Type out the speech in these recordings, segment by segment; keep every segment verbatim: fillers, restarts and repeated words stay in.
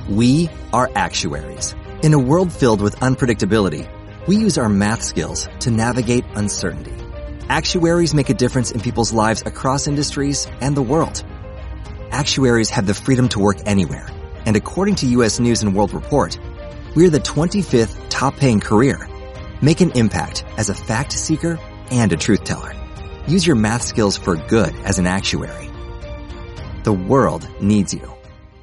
We are actuaries. In a world filled with unpredictability, we use our math skills to navigate uncertainty. Actuaries make a difference in people's lives across industries and the world. Actuaries have the freedom to work anywhere, and according to U S News and World Report, we're the twenty-fifth top-paying career. Make an impact as a fact seeker and a truth teller. Use your math skills for good as an actuary. The world needs you.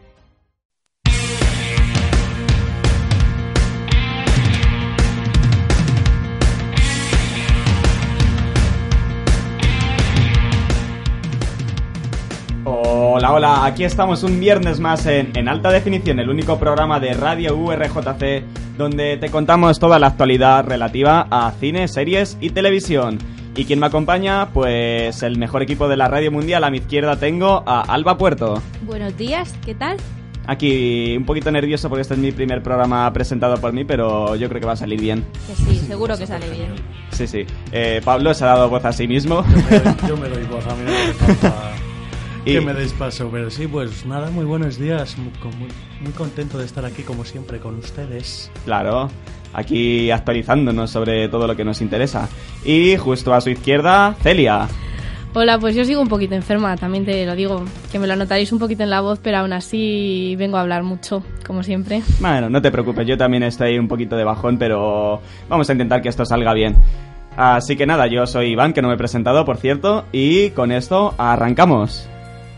Hola, hola, aquí estamos un viernes más en, en Alta Definición, el único programa de Radio U R J C donde te contamos toda la actualidad relativa a cine, series y televisión. ¿Y quién me acompaña? Pues el mejor equipo de la radio mundial. A mi izquierda tengo a Alba Puerto. Buenos días, ¿qué tal? Aquí un poquito nervioso porque este es mi primer programa presentado por mí, pero yo creo que va a salir bien. Que sí, seguro que sale bien. Sí, sí. Eh, Pablo se ha dado voz a sí mismo. Yo me doy, yo me doy voz, a mí no me falta y... que me deis paso. Pero sí, pues nada, muy buenos días. Muy, muy, muy contento de estar aquí como siempre con ustedes. Claro, aquí actualizándonos sobre todo lo que nos interesa. Y justo a su izquierda, Celia. Hola, pues yo sigo un poquito enferma, también te lo digo, que me lo notaréis un poquito en la voz, pero aún así vengo a hablar mucho, como siempre. Bueno, no te preocupes, yo también estoy un poquito de bajón, pero vamos a intentar que esto salga bien. Así que nada, yo soy Iván, que no me he presentado, por cierto, y con esto arrancamos.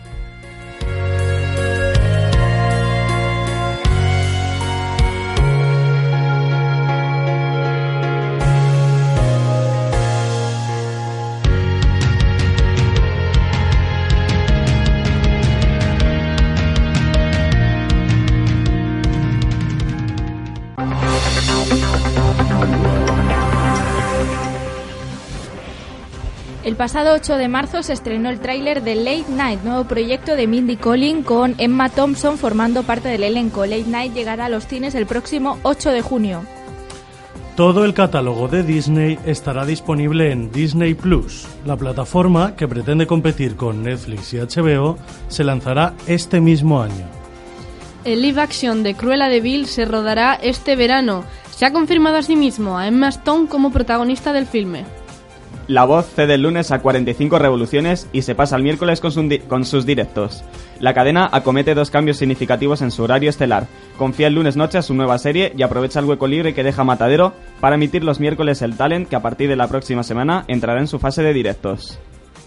El pasado ocho de marzo se estrenó el tráiler de Late Night, nuevo proyecto de Mindy Kaling con Emma Thompson formando parte del elenco. Late Night llegará a los cines el próximo ocho de junio. Todo el catálogo de Disney estará disponible en Disney Plus. La plataforma, que pretende competir con Netflix y H B O, se lanzará este mismo año. El live action de Cruella de Vil se rodará este verano. Se ha confirmado a sí mismo a Emma Stone como protagonista del filme. La Voz cede el lunes a cuarenta y cinco revoluciones y se pasa al miércoles con, su di- con sus directos. La cadena acomete dos cambios significativos en su horario estelar. Confía el lunes noche a su nueva serie y aprovecha el hueco libre que deja Matadero para emitir los miércoles el Talent, que a partir de la próxima semana entrará en su fase de directos.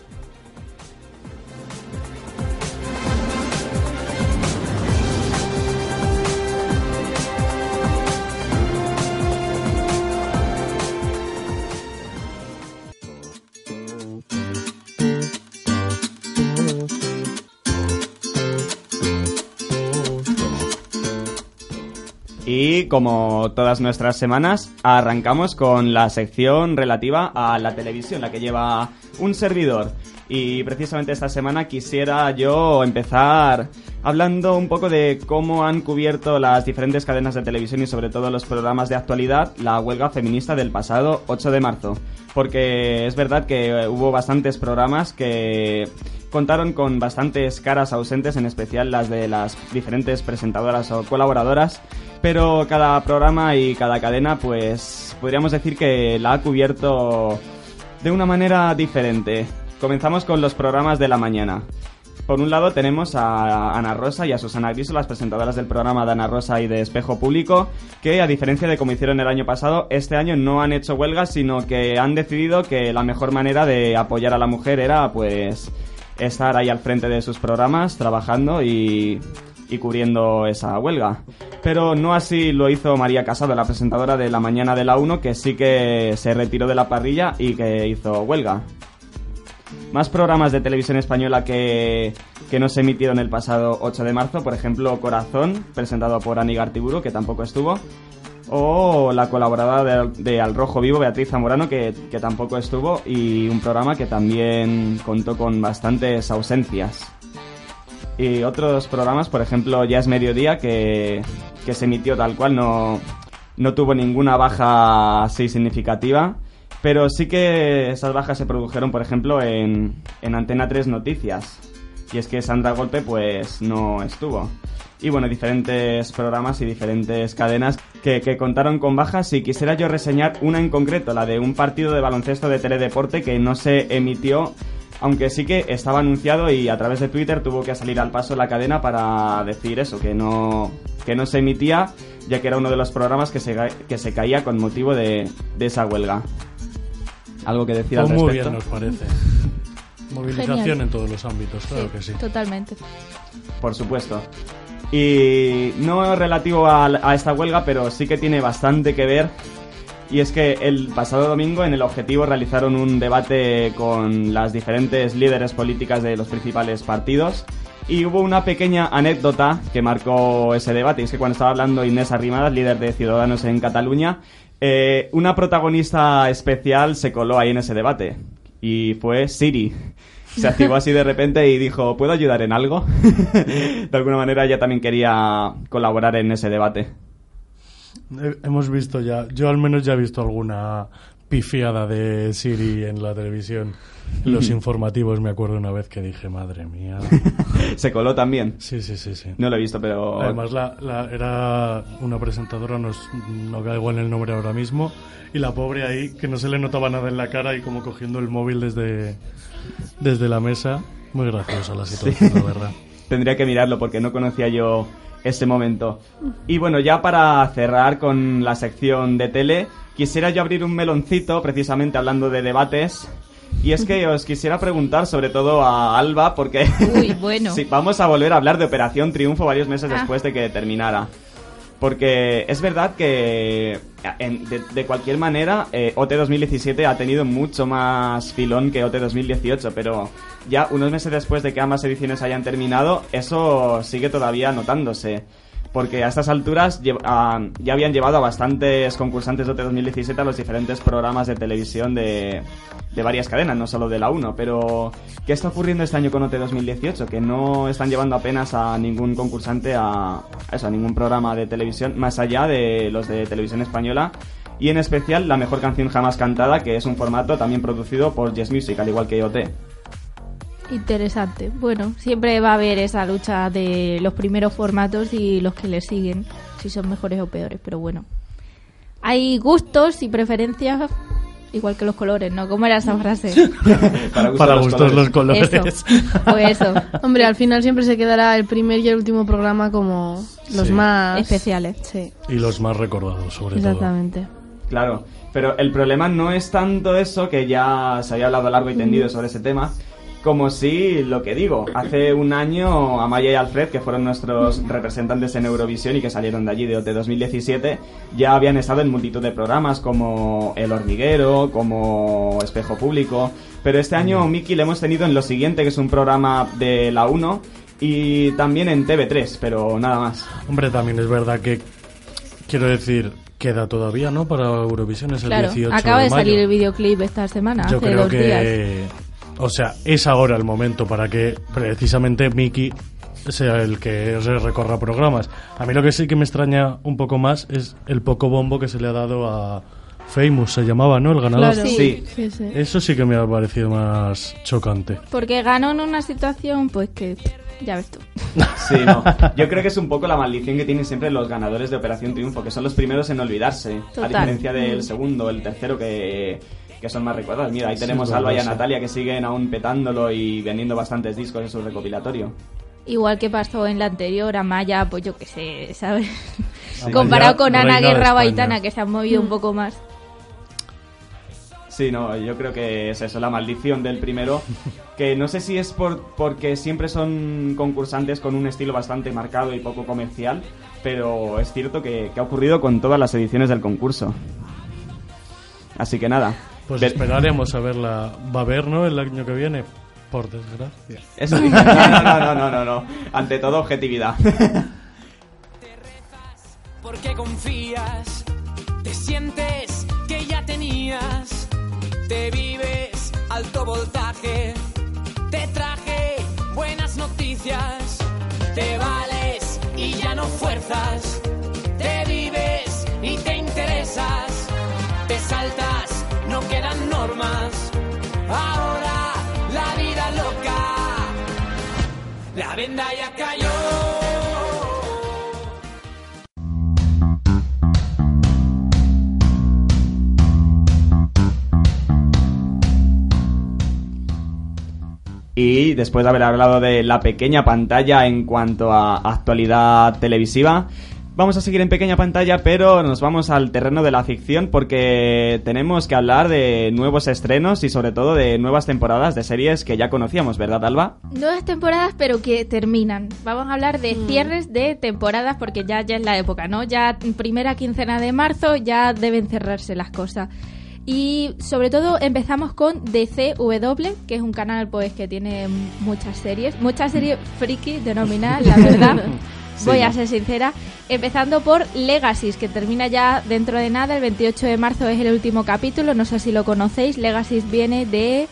Y como todas nuestras semanas, arrancamos con la sección relativa a la televisión, la que lleva un servidor. Y precisamente esta semana quisiera yo empezar hablando un poco de cómo han cubierto las diferentes cadenas de televisión y sobre todo los programas de actualidad la huelga feminista del pasado ocho de marzo. Porque es verdad que hubo bastantes programas que contaron con bastantes caras ausentes, en especial las de las diferentes presentadoras o colaboradoras, pero cada programa y cada cadena, pues podríamos decir que la ha cubierto de una manera diferente. Comenzamos con los programas de la mañana. Por un lado tenemos a Ana Rosa y a Susana Griso, las presentadoras del programa de Ana Rosa y de Espejo Público, que a diferencia de como hicieron el año pasado, este año no han hecho huelga, sino que han decidido que la mejor manera de apoyar a la mujer era pues estar ahí al frente de sus programas, trabajando y, y cubriendo esa huelga. Pero no así lo hizo María Casado, la presentadora de La Mañana de la uno, que sí que se retiró de la parrilla y que hizo huelga. Más programas de televisión española que, que no se emitieron el pasado ocho de marzo, por ejemplo Corazón, presentado por Ani Gartiburu, que tampoco estuvo, o la colaboradora de, de Al Rojo Vivo, Beatriz Zamorano, que, que tampoco estuvo, y un programa que también contó con bastantes ausencias. Y otros programas, por ejemplo Ya es Mediodía, que, que se emitió tal cual, no, no tuvo ninguna baja así significativa. Pero sí que esas bajas se produjeron, por ejemplo, en, en Antena tres Noticias. Y es que Sandra Golpe, pues, no estuvo. y bueno, diferentes programas y diferentes cadenas que, que contaron con bajas, y quisiera yo reseñar una en concreto, la de un partido de baloncesto de Teledeporte que no se emitió, aunque sí que estaba anunciado, y a través de Twitter tuvo que salir al paso la cadena para decir eso, que no, que no se emitía, ya que era uno de los programas que se, que se caía con motivo de, de esa huelga. ¿Algo que decir pues al muy respecto? Muy bien, nos parece. Movilización Genial. En todos los ámbitos, claro Sí, que sí. Totalmente. Por supuesto. Y no relativo a, a esta huelga, pero sí que tiene bastante que ver. Y es que el pasado domingo en El Objetivo realizaron un debate con las diferentes líderes políticas de los principales partidos. Y hubo una pequeña anécdota que marcó ese debate. Y es que cuando estaba hablando Inés Arrimadas, líder de Ciudadanos en Cataluña, eh, una protagonista especial se coló ahí en ese debate. Y fue Siri. Se activó así de repente y dijo, ¿puedo ayudar en algo? De alguna manera ella también quería colaborar en ese debate. Hemos visto ya, yo al menos ya he visto alguna pifiada de Siri en la televisión. En los informativos me acuerdo una vez que dije, madre mía. ¿Se coló también? Sí, sí, sí, sí. No lo he visto, pero... Además la, la, era una presentadora, no, es, no caigo en el nombre ahora mismo, y la pobre ahí, que no se le notaba nada en la cara y como cogiendo el móvil desde, desde la mesa. Muy graciosa la situación, sí. La verdad. Tendría que mirarlo porque no conocía yo ese momento. Y bueno, ya para cerrar con la sección de tele, quisiera yo abrir un meloncito precisamente hablando de debates. Y es que os quisiera preguntar, sobre todo a Alba, porque Uy, bueno. sí, vamos a volver a hablar de Operación Triunfo varios meses Ah. después de que terminara. Porque es verdad que en, de, de cualquier manera eh, O T dos mil diecisiete ha tenido mucho más filón que O T dos mil dieciocho, pero ya unos meses después de que ambas ediciones hayan terminado, eso sigue todavía notándose. Porque a estas alturas lle- a, ya habían llevado a bastantes concursantes de O T dos mil diecisiete a los diferentes programas de televisión de, de varias cadenas, no solo de la uno. Pero, ¿qué está ocurriendo este año con O T dos mil dieciocho? Que no están llevando apenas a ningún concursante a, a eso, a ningún programa de televisión, más allá de los de televisión española. Y en especial La Mejor Canción Jamás Cantada, que es un formato también producido por Yes Music, al igual que O T. Interesante. Bueno, siempre va a haber esa lucha de los primeros formatos y los que le siguen, si son mejores o peores, pero bueno. Hay gustos y preferencias, igual que los colores, ¿no? ¿Cómo era esa frase? Para gustos, Para los gustos los colores. Eso, pues eso, Hombre, al final siempre se quedará el primer y el último programa como los Sí. más... especiales. Sí, Y los más recordados, sobre exactamente. Claro, pero el problema no es tanto eso, que ya se había hablado largo y tendido sobre ese tema, como si, lo que digo, hace un año Amaya y Alfred, que fueron nuestros representantes en Eurovisión y que salieron de allí de O T dos mil diecisiete, ya habían estado en multitud de programas como El Hormiguero, como Espejo Público, pero este año Miki le hemos tenido en Lo Siguiente, que es un programa de la uno, y también en T V tres, pero nada más. Hombre, también es verdad que, quiero decir, queda todavía, ¿no? Para Eurovisión es el Claro, dieciocho acaba de, de mayo. salir el videoclip esta semana, Yo hace creo dos que, días. o sea, es ahora el momento para que precisamente Miki sea el que se recorra programas. A mí lo que sí que me extraña un poco más es el poco bombo que se le ha dado a Famous, se llamaba, ¿no? El ganador. Claro, Sí. sí, sí. Eso sí que me ha parecido más chocante. Porque ganó en una situación, pues que ya ves tú. Sí, no. Yo creo que es un poco la maldición que tienen siempre los ganadores de Operación Triunfo, que son los primeros en olvidarse, Total. a diferencia del segundo, el tercero, que, que son más recordados. Mira, ahí Sí, tenemos es a Alba y a verdad, sí. Natalia, que siguen aún petándolo y vendiendo bastantes discos en su recopilatorio. Igual que pasó en la anterior, Amaya, pues yo qué sé, ¿sabes? Sí. Comparado con Reina Ana de Guerra España. Baitana, que se han movido un poco más. Sí, no, yo creo que es eso, la maldición del primero, que no sé si es por porque siempre son concursantes con un estilo bastante marcado y poco comercial, pero es cierto que, que ha ocurrido con todas las ediciones del concurso. Así que nada. Pues Ver- esperaremos a verla. Va a haber, ¿no? El año que viene, por desgracia. Eso dice. No, no, no, no, no, no. Ante todo, objetividad. Porque confías, te sientes que ya tenías, te vives alto voltaje, te traje buenas noticias, te vales y ya no fuerzas, te vives y te interesas, te saltas, no quedan normas, ahora la vida loca, la venda ya cayó. Y después de haber hablado de la pequeña pantalla en cuanto a actualidad televisiva, vamos a seguir en pequeña pantalla, pero nos vamos al terreno de la ficción porque tenemos que hablar de nuevos estrenos y sobre todo de nuevas temporadas de series que ya conocíamos, ¿verdad, Alba? Nuevas temporadas, pero que terminan. Vamos a hablar de cierres de temporadas porque ya, ya es la época, ¿no? Ya primera quincena de marzo ya deben cerrarse las cosas. Y sobre todo empezamos con D C W, que es un canal pues que tiene muchas series, muchas series friki denominadas, la verdad. Sí, voy a ¿no? ser sincera, empezando por Legacy, que termina ya dentro de nada, el veintiocho de marzo es el último capítulo, no sé si lo conocéis. Legacy viene de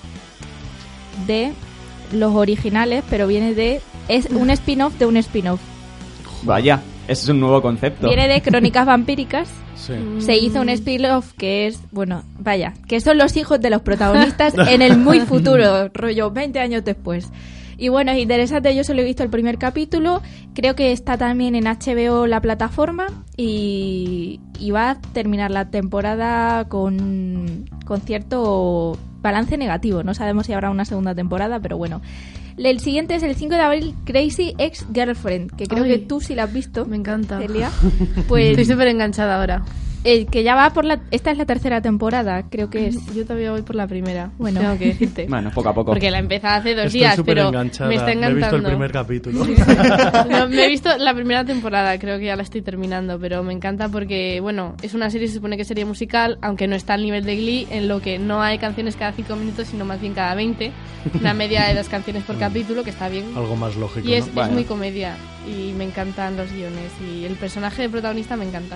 de los originales, pero viene de es un spin-off de un spin-off. Vaya, ese es un nuevo concepto. Viene de Crónicas Vampíricas. Sí. Se hizo un spin-off que es, bueno, vaya, que son los hijos de los protagonistas en el muy futuro, rollo veinte años después. Y bueno, es interesante, yo solo he visto el primer capítulo, creo que está también en H B O la plataforma y, y va a terminar la temporada con, con cierto balance negativo, no sabemos si habrá una segunda temporada, pero bueno. El siguiente es el cinco de abril, Crazy Ex-Girlfriend, que creo Ay, que tú sí la has visto. Me encanta. Celia. Pues, estoy súper enganchada ahora. El que ya va por la... Esta es la tercera temporada, creo que es. Yo todavía voy por la primera, bueno, tengo que decirte. Bueno, poco a poco. Porque la empecé hace dos Estoy días, pero enganchada. me está encantando. Me he visto el primer capítulo. Sí. No, me he visto la primera temporada, creo que ya la estoy terminando, pero me encanta porque, bueno, es una serie, se supone que sería musical, aunque no está al nivel de Glee, en lo que no hay canciones cada cinco minutos, sino más bien cada veinte. Una media de dos canciones por capítulo, que está bien. Algo más lógico, Y es, ¿no? es Bueno. muy comedia, y me encantan los guiones, y el personaje de protagonista me encanta.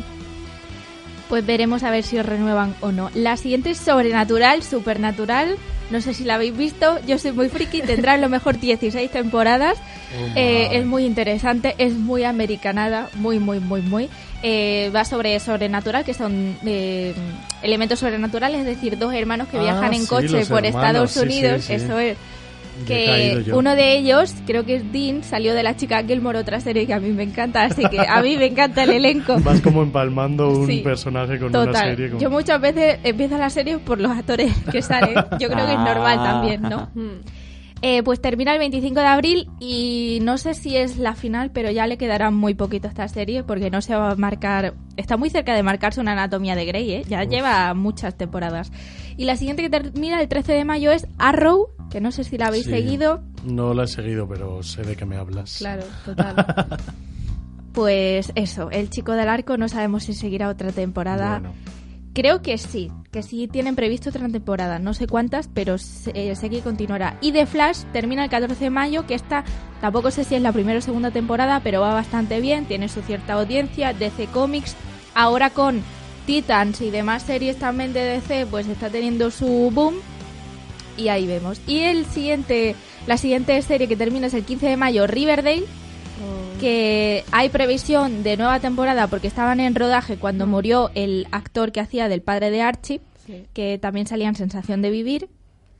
Pues veremos a ver si os renuevan o no. La siguiente es Sobrenatural, Supernatural. No sé si la habéis visto. Yo soy muy friki. Tendrá a lo mejor dieciséis temporadas. Oh, eh, es muy interesante. Es muy americanada. Muy, muy, muy, muy. Eh, va sobre sobrenatural, que son eh, elementos sobrenaturales. Es decir, dos hermanos que Ah, viajan en sí, coche los por hermanos, Estados sí, Unidos. sí, sí. Eso es. Ya he caído Que yo. uno de ellos, creo que es Dean, salió de La Chica Gilmore, otra serie que a mí me encanta, así que a mí me encanta el elenco. Vas como empalmando un Sí, personaje con total. una serie. Como... Yo muchas veces empiezo la serie por los actores que salen. Yo creo que es normal también, ¿no? Eh, pues termina el veinticinco de abril y no sé si es la final, pero ya le quedará muy poquito a esta serie porque no se va a marcar... Está muy cerca de marcarse una Anatomía de Grey, ¿eh? Ya Uf. lleva muchas temporadas. Y la siguiente que termina el trece de mayo es Arrow, que no sé si la habéis Sí, seguido. No la he seguido, pero sé de qué me hablas. Claro, total. Pues eso, El Chico del Arco, no sabemos si seguirá otra temporada. Bueno. Creo que sí, que sí tienen previsto otra temporada, no sé cuántas, pero sé, eh, sé que continuará. Y The Flash termina el catorce de mayo, que esta tampoco sé si es la primera o segunda temporada, pero va bastante bien, tiene su cierta audiencia. D C Comics, ahora con Titans y demás series también de D C, pues está teniendo su boom. Y ahí vemos. Y el siguiente, la siguiente serie que termina es el quince de mayo, Riverdale. Que hay previsión de nueva temporada porque estaban en rodaje cuando mm. murió el actor que hacía del padre de Archie, sí. que también salía en Sensación de Vivir.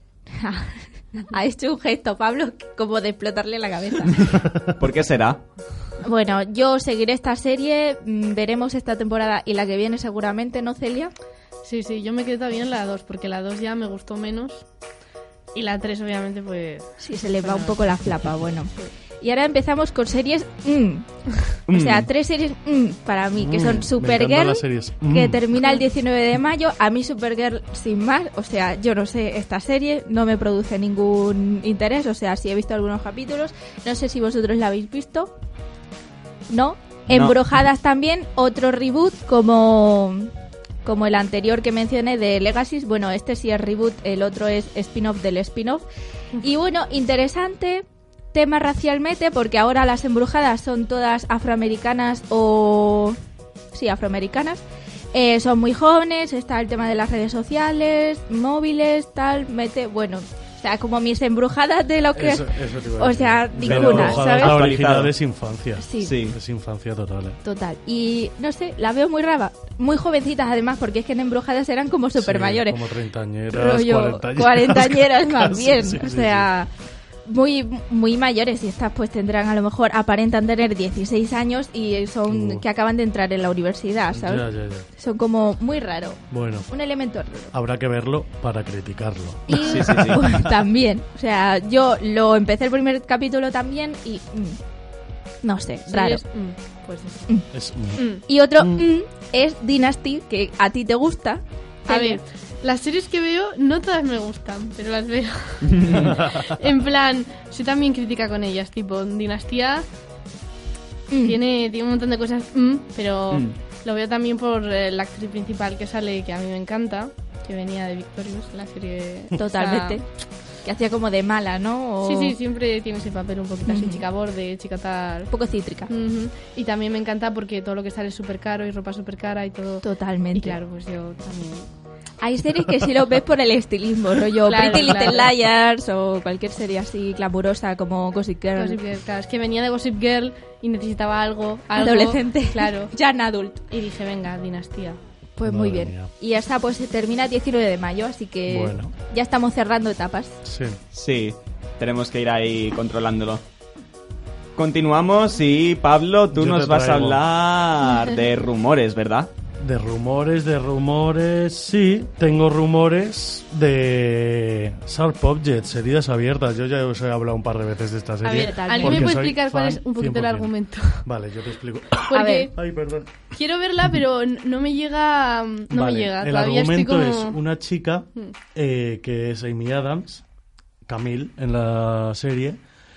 Ha hecho un gesto, Pablo, como de explotarle la cabeza. ¿Por qué será? Bueno, yo seguiré esta serie, veremos esta temporada y la que viene seguramente, ¿no, Celia? Sí, sí, yo me quedé todavía en la dos porque la dos ya me gustó menos y la tres obviamente pues... Sí, se le va un poco la flapa, bueno. Y ahora empezamos con series mm. O sea, tres series mm, para mí, que son Supergirl, mm. que termina el diecinueve de mayo. A mí Supergirl sin más, o sea, yo no sé, esta serie no me produce ningún interés. O sea, sí he visto algunos capítulos, no sé si vosotros la habéis visto. ¿No? Embrujadas no. También, otro reboot como... como el anterior que mencioné de Legacy. Bueno, este sí es reboot, el otro es spin-off del spin-off. Y bueno, interesante... Tema racialmente, porque ahora las embrujadas son todas afroamericanas o... Sí, afroamericanas. Eh, son muy jóvenes, está el tema de las redes sociales, móviles, tal, mete... Bueno, o sea, como mis embrujadas de lo que... Eso, eso te iba a o sea, decir. ninguna, ¿sabes? La original es infancia. Sí. sí. Es infancia total. ¿eh? Total. Y, no sé, la veo muy rara. Muy jovencitas, además, porque es que en embrujadas eran como súper mayores. Sí, como treintañeras, rollo cuarentañeras. Cuarentañeras más bien. Sí, sí, o sea... Sí. muy muy mayores y estas pues tendrán a lo mejor aparentan tener dieciséis años y son Uh. que acaban de entrar en la universidad, ¿sabes? Ya, ya, ya. Son como muy raro, Bueno, un elemento raro. habrá que verlo para criticarlo. Y Sí, sí, sí. pues, también, o sea, yo lo empecé el primer capítulo también y mm, no sé, raro. Series, mm, pues eso. Es, Mm. Y otro Mm. mm, es Dynasty, que a ti te gusta. A ver, las series que veo no todas me gustan, pero las veo. En plan, soy también crítica con ellas, tipo Dinastía Mm. tiene, tiene un montón de cosas, mm, pero Mm. lo veo también por eh, la actriz principal que sale, que a mí me encanta, que venía de Victorious, la serie. Totalmente. O sea, Que hacía como de mala, ¿no? O sí, sí, siempre tiene ese papel un poquito así, Ujú. chica borde, chica tal. un poco cítrica. Ujú. Y también me encanta porque todo lo que sale es súper caro y ropa súper cara y todo. Totalmente. Y claro, pues yo también. Hay series que sí lo ves por el estilismo, rollo Claro, Pretty Little claro. Liars o cualquier serie así glamurosa como Gossip Girl. Gossip Girl, claro, es que venía de Gossip Girl y necesitaba algo, algo Adolescente. Claro. Ya en adult. Y dije, venga, Dinastía. Pues Madre muy bien. mía. Y esta pues se termina el diecinueve de mayo, así que Bueno. ya estamos cerrando etapas. sí. Sí, tenemos que ir ahí controlándolo. Continuamos y Pablo, tú Yo nos te vas a traigo. hablar de rumores, ¿verdad? De rumores, de rumores, sí, tengo rumores de Sharp Objects, heridas abiertas. Yo ya os he hablado un par de veces de esta A serie. ver, tal ¿alguien porque me puede soy explicar cuál fan es un poquito el cien por cien. argumento? Vale, yo te explico. Porque ver. Ay, perdón. quiero verla, pero n- no me llega. No Vale, me llega. el Todavía estoy argumento como... es una chica eh, que es Amy Adams, Camille, en la serie,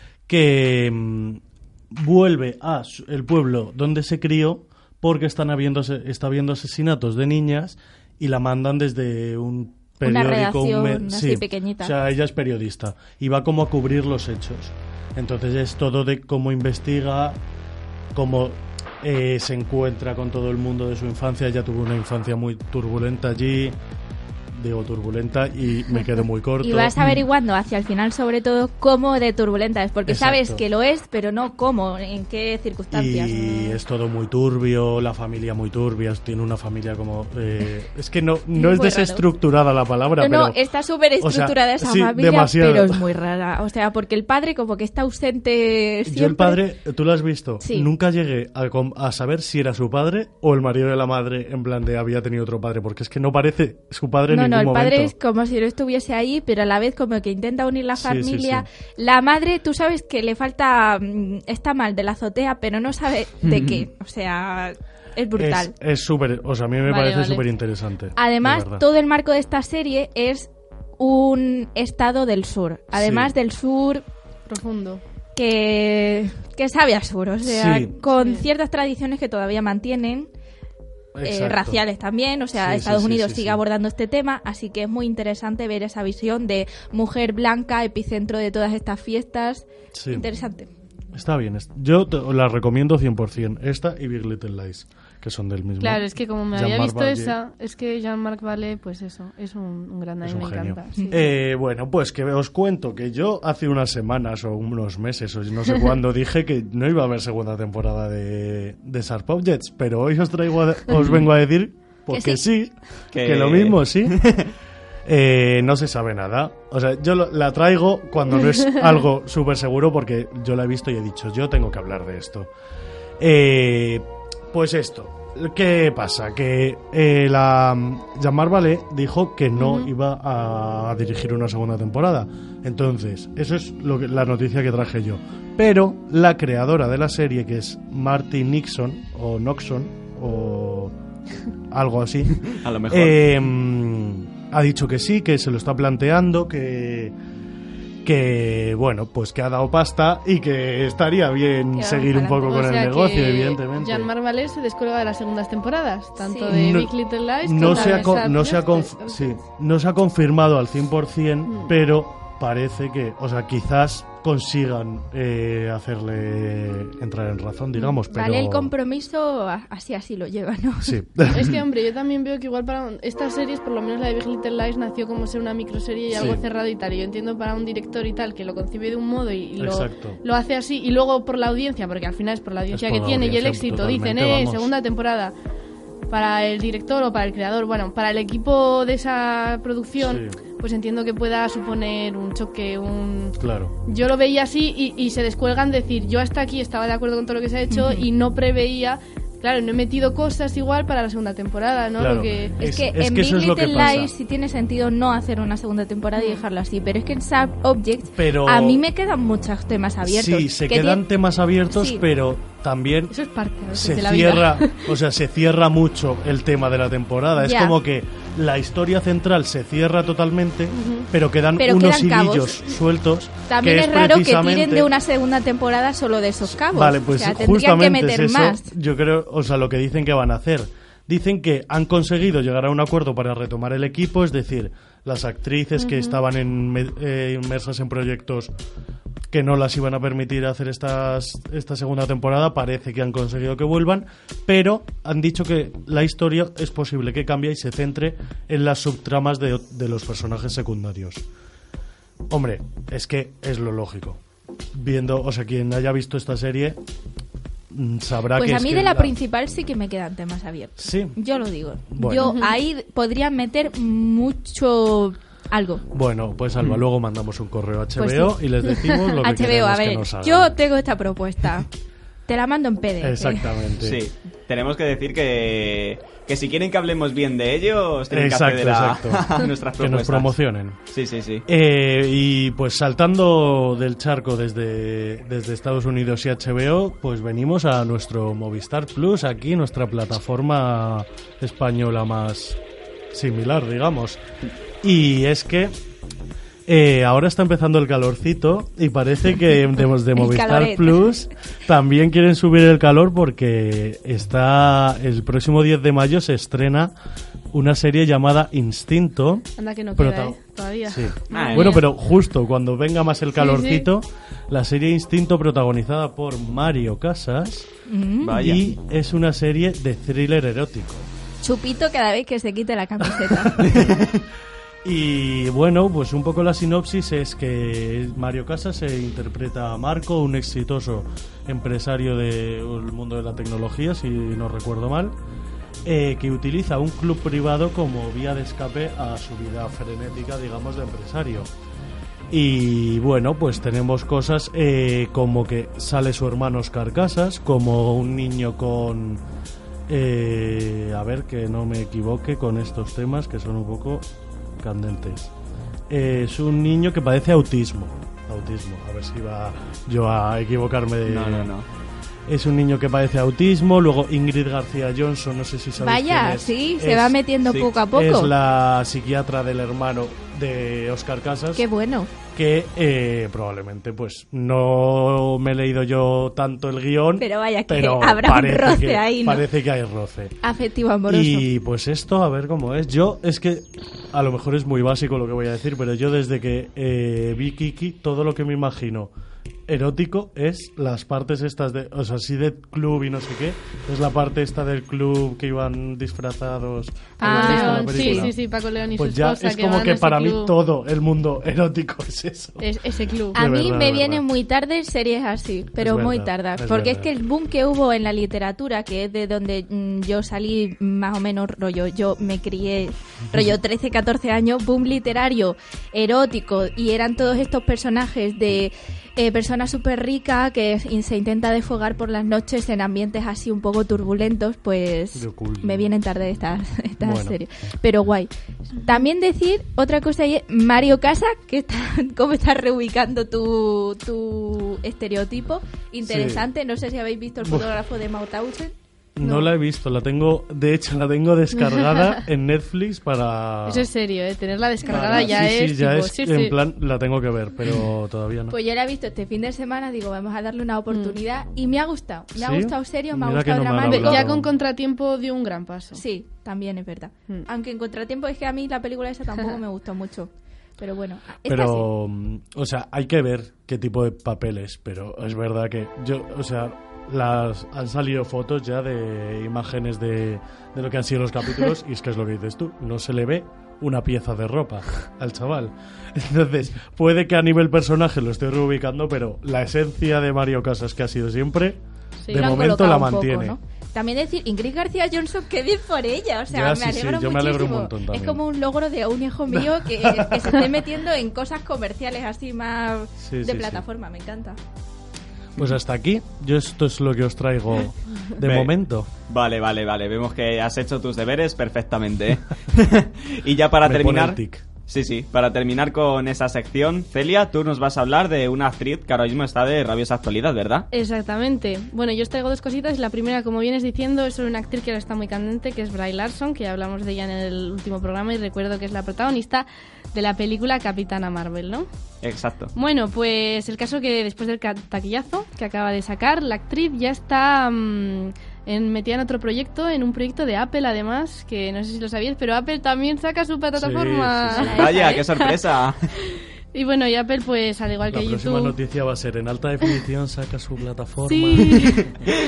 que mm, vuelve a su- el pueblo donde se crió porque están habiendo, está habiendo asesinatos de niñas y la mandan desde un Una periódico. un redacción me- así sí, pequeñita. O sea, ella es periodista y va como a cubrir los hechos. Entonces es todo de cómo investiga, cómo eh, se encuentra con todo el mundo de su infancia. Ella tuvo una infancia muy turbulenta allí. Digo turbulenta y me quedo muy corto. Y vas averiguando hacia el final sobre todo cómo de turbulenta es, porque Exacto. sabes que lo es, pero no cómo, en qué circunstancias. Y es todo muy turbio, la familia muy turbia, tiene una familia como... eh, es que no, no es Muy desestructurada la palabra, No, no, pero... está súper estructurada o sea, esa sí, familia, demasiado. pero es muy rara. O sea, porque el padre como que está ausente siempre. Yo el padre, ¿tú lo has visto? Sí. Nunca llegué a, com- a saber si era su padre o el marido de la madre, en plan de había tenido otro padre, porque es que no parece su padre No, en no, ningún el padre momento. es como si no estuviese ahí, pero a la vez como que intenta unir la Sí, sí, familia. sí. La madre, tú sabes que le falta... mm, está mal de la azotea, pero no sabe de qué. O sea, es brutal. Es es súper... O sea, a mí me Vale, parece vale. súper interesante. Además, todo el marco de esta serie es un estado del sur. Además Sí. del sur Profundo. que, que sabe a sur, o sea, Sí. con Sí. ciertas tradiciones que todavía mantienen, eh, Exacto. raciales también, o sea, Sí, sí, Estados sí, Unidos sí, sigue sí. abordando este tema, así que es muy interesante ver esa visión de mujer blanca, epicentro de todas estas fiestas. Sí. Interesante. Está bien. es- Yo te- la recomiendo cien por cien. Esta y Big Little Lies, que son del mismo. Claro, es que como me había Jean-Marc visto Vallée. esa, es que Jean-Marc Vallée, pues eso, es un, un gran, a Es mí un me genio. encanta. sí. Eh, bueno, pues que os cuento que yo hace unas semanas o unos meses o no sé cuándo dije que no iba a haber segunda temporada de, de Sharp Objects, pero hoy os traigo a- os vengo a decir porque Que sí. sí, Que- que... lo mismo sí. Eh, no se sabe nada. O sea, yo lo- la traigo cuando no es algo súper seguro porque yo la he visto y he dicho, yo tengo que hablar de esto. Eh, pues esto. ¿Qué pasa? Que eh, la Jean-Marc Vallée dijo que no Ujú. iba a, a dirigir una segunda temporada. Entonces, eso es lo que, la noticia que traje yo. Pero la creadora de la serie, que es Martin Nixon, o Noxon, o algo así, A lo mejor. eh, ha dicho que sí, que se lo está planteando, que que bueno, pues que ha dado pasta y que estaría bien Que seguir un vamos poco O con sea el negocio, que evidentemente. Jean-Marc Vallée se descuelga de las segundas temporadas, tanto Sí. de No- Big Little Lies no como se, de ha, co- Sharp no, se ha Objects. conf- sí, no se ha confirmado al cien por cien, Mm. pero parece que, o sea, quizás consigan eh, hacerle entrar en razón, digamos, pero... Vale, el compromiso a- así así lo lleva, ¿no? Sí. Es que, hombre, yo también veo que igual para un- estas series, por lo menos la de Big Little Lies, nació como ser una microserie y Sí. algo cerrado y tal. Y yo entiendo para un director y tal que lo concibe de un modo y, y lo, Exacto. lo hace así. Y luego por la audiencia, porque al final es por la audiencia por que la tiene y el audiencia, éxito. Dicen, totalmente, eh, vamos. segunda temporada. Para el director o para el creador, bueno, para el equipo de esa producción, Sí. pues entiendo que pueda suponer un choque, un... Claro. Yo lo veía así y, y se descuelgan decir, yo hasta aquí estaba de acuerdo con todo lo que se ha hecho uh-huh. y no preveía... Claro, no he metido cosas igual para la segunda temporada, ¿no? Claro. Porque... Es, es que es en que Big es Little que Lies sí tiene sentido no hacer una segunda temporada y dejarla así, pero es que en Sub Objects pero... a mí me quedan muchos temas abiertos. Sí, se quedan tiene... temas abiertos, sí. pero también Eso es parte se de la cierra, vida. o sea, se cierra mucho el tema de la temporada. Ya. Es como que la historia central se cierra totalmente, uh-huh. pero quedan pero unos quedan hilillos cabos. sueltos. También que es, es raro precisamente... que tiren de una segunda temporada solo de esos cabos. Vale, pues o sea, tendrían justamente que meter es eso, más. yo creo, o sea, lo que dicen que van a hacer. Dicen que han conseguido llegar a un acuerdo para retomar el equipo, es decir, las actrices uh-huh. que estaban en, eh, inmersas en proyectos que no las iban a permitir hacer estas, esta segunda temporada, parece que han conseguido que vuelvan, pero han dicho que la historia es posible que cambie y se centre en las subtramas de, de los personajes secundarios. Hombre, es que es lo lógico. Viendo, o sea, quien haya visto esta serie sabrá pues que a es mí que de la, la principal sí que me quedan temas abiertos. Sí. Yo lo digo. Bueno. Yo ahí podría meter mucho algo. Bueno, pues Alba, luego mandamos un correo a H B O Pues sí. y les decimos lo que H B O, queremos a ver, que nos hagan. yo tengo esta propuesta. Te la mando en P D F. Exactamente. Sí, tenemos que decir que, que si quieren que hablemos bien de ellos, tienen Exacto, que acceder a, exacto. a nuestras propuestas. Que nos promocionen. Sí, sí, sí. Eh, y pues saltando del charco desde, desde Estados Unidos y H B O, pues venimos a nuestro Movistar Plus, aquí nuestra plataforma española más similar, digamos. Y es que eh, ahora está empezando el calorcito y parece que de, de Movistar caloret. Plus también quieren subir el calor porque está el próximo diez de mayo se estrena una serie llamada Instinto. Anda que no Prota- queda, ¿eh? Todavía. Sí. Madre Bueno, mía. pero justo cuando venga más el Sí, calorcito, la serie Instinto protagonizada por Mario Casas Mm. Vaya. y es una serie de thriller erótico. Chupito cada vez que se quite la camiseta. Y bueno, pues un poco la sinopsis es que Mario Casas se interpreta a Marco, un exitoso empresario del mundo de la tecnología, si no recuerdo mal, eh, que utiliza un club privado como vía de escape a su vida frenética, digamos, de empresario. Y bueno, pues tenemos cosas eh, como que sale su hermano Oscar Casas, como un niño con... Eh, a ver, que no me equivoque con estos temas que son un poco candentes. Eh, es un niño que padece autismo. Autismo, a ver si va yo a equivocarme de... No, no, no. Es un niño que padece autismo. Luego Ingrid García Johnson, no sé si sabéis Vaya, quién es. sí, se Es- va metiendo sí, poco a poco. Es la psiquiatra del hermano de Oscar Casas. Qué bueno. Que eh, probablemente pues no me he leído yo tanto el guión, Pero vaya que pero habrá un parece roce que- ahí, ¿no? Parece que hay roce. Afectivo amoroso. Y pues esto, a ver cómo es. Yo, es que a lo mejor es muy básico lo que voy a decir, pero yo desde que eh, vi Kiki, todo lo que me imagino erótico es las partes estas de, o sea, así de club y no sé qué, es la parte esta del club que iban disfrazados. Ah, ¿Habéis visto la sí, película? sí, sí, Paco León y Pues su ya esposa es que como van que a ese para mí club. todo el mundo erótico es eso. Es ese club. A De mí verdad, me de vienen verdad. muy tarde series así, pero Es muy verdad, tardas. es Porque es verdad. que el boom que hubo en la literatura, que es de donde mm, yo salí más o menos rollo, yo me crié rollo trece, catorce años, boom literario, erótico, y eran todos estos personajes de eh, personas súper ricas que in- se intenta desfogar por las noches en ambientes así un poco turbulentos, pues De oculto. me vienen tarde estas, estas Bueno. series. Pero guay. También decir otra cosa, y es Mario Casas, que está, cómo estás reubicando tu, tu estereotipo. Interesante, no sé si habéis visto el Buah. fotógrafo de Mauthausen. No. la he visto, la tengo, de hecho la tengo descargada en Netflix para... Eso es serio, ¿eh? Tenerla descargada para- ya sí, es sí, ya tipo, es, sí, en sí. plan, la tengo que ver, pero todavía no. Pues yo la he visto este fin de semana, digo, vamos a darle una oportunidad y me ha gustado. Me ha ¿Sí? gustado serio, me ha Mira que gustado no me han dramático. hablado. Ya con Contratiempo dio un gran paso. Sí, también es verdad. Mm. Aunque en Contratiempo es que a mí la película esa tampoco me gustó mucho. Pero bueno, esta Pero, mm, o sea, hay que ver qué tipo de papeles, pero es verdad que yo, o sea, las han salido fotos ya de imágenes de, de lo que han sido los capítulos y es que es lo que dices tú, no se le ve una pieza de ropa al chaval. Entonces, puede que a nivel personaje lo estoy reubicando, pero la esencia de Mario Casas que ha sido siempre, Sí. de lo han momento colocado la un poco, mantiene. ¿no? también decir, Ingrid García Johnson, qué bien por ella. O sea, Ya, me sí, alegro sí, yo muchísimo. me alegro un montón también. Es como un logro de un hijo mío que, que se esté metiendo en cosas comerciales así más Sí, de sí, plataforma. Me encanta. Pues hasta aquí, yo esto es lo que os traigo de Ve. momento. Vale, vale, vale. Vemos que has hecho tus deberes perfectamente. ¿eh? Y ya para Me pone terminar... el tic. Sí, sí. Para terminar con esa sección, Celia, tú nos vas a hablar de una actriz que ahora mismo está de rabiosa actualidad, ¿verdad? Exactamente. Bueno, yo os traigo dos cositas. La primera, como vienes diciendo, es sobre una actriz que ahora está muy candente, que es Brie Larson, que ya hablamos de ella en el último programa y recuerdo que es la protagonista de la película Capitana Marvel, ¿no? Exacto. Bueno, pues el caso que después del ca- taquillazo que acaba de sacar, la actriz ya está mmm, en, metida en otro proyecto, en un proyecto de Apple además, que no sé si lo sabíais, pero Apple también saca su plataforma. Sí, sí, Vaya, qué sorpresa. Y bueno, y Apple pues al igual La que próxima YouTube... noticia va a ser en alta definición saca su plataforma. Sí.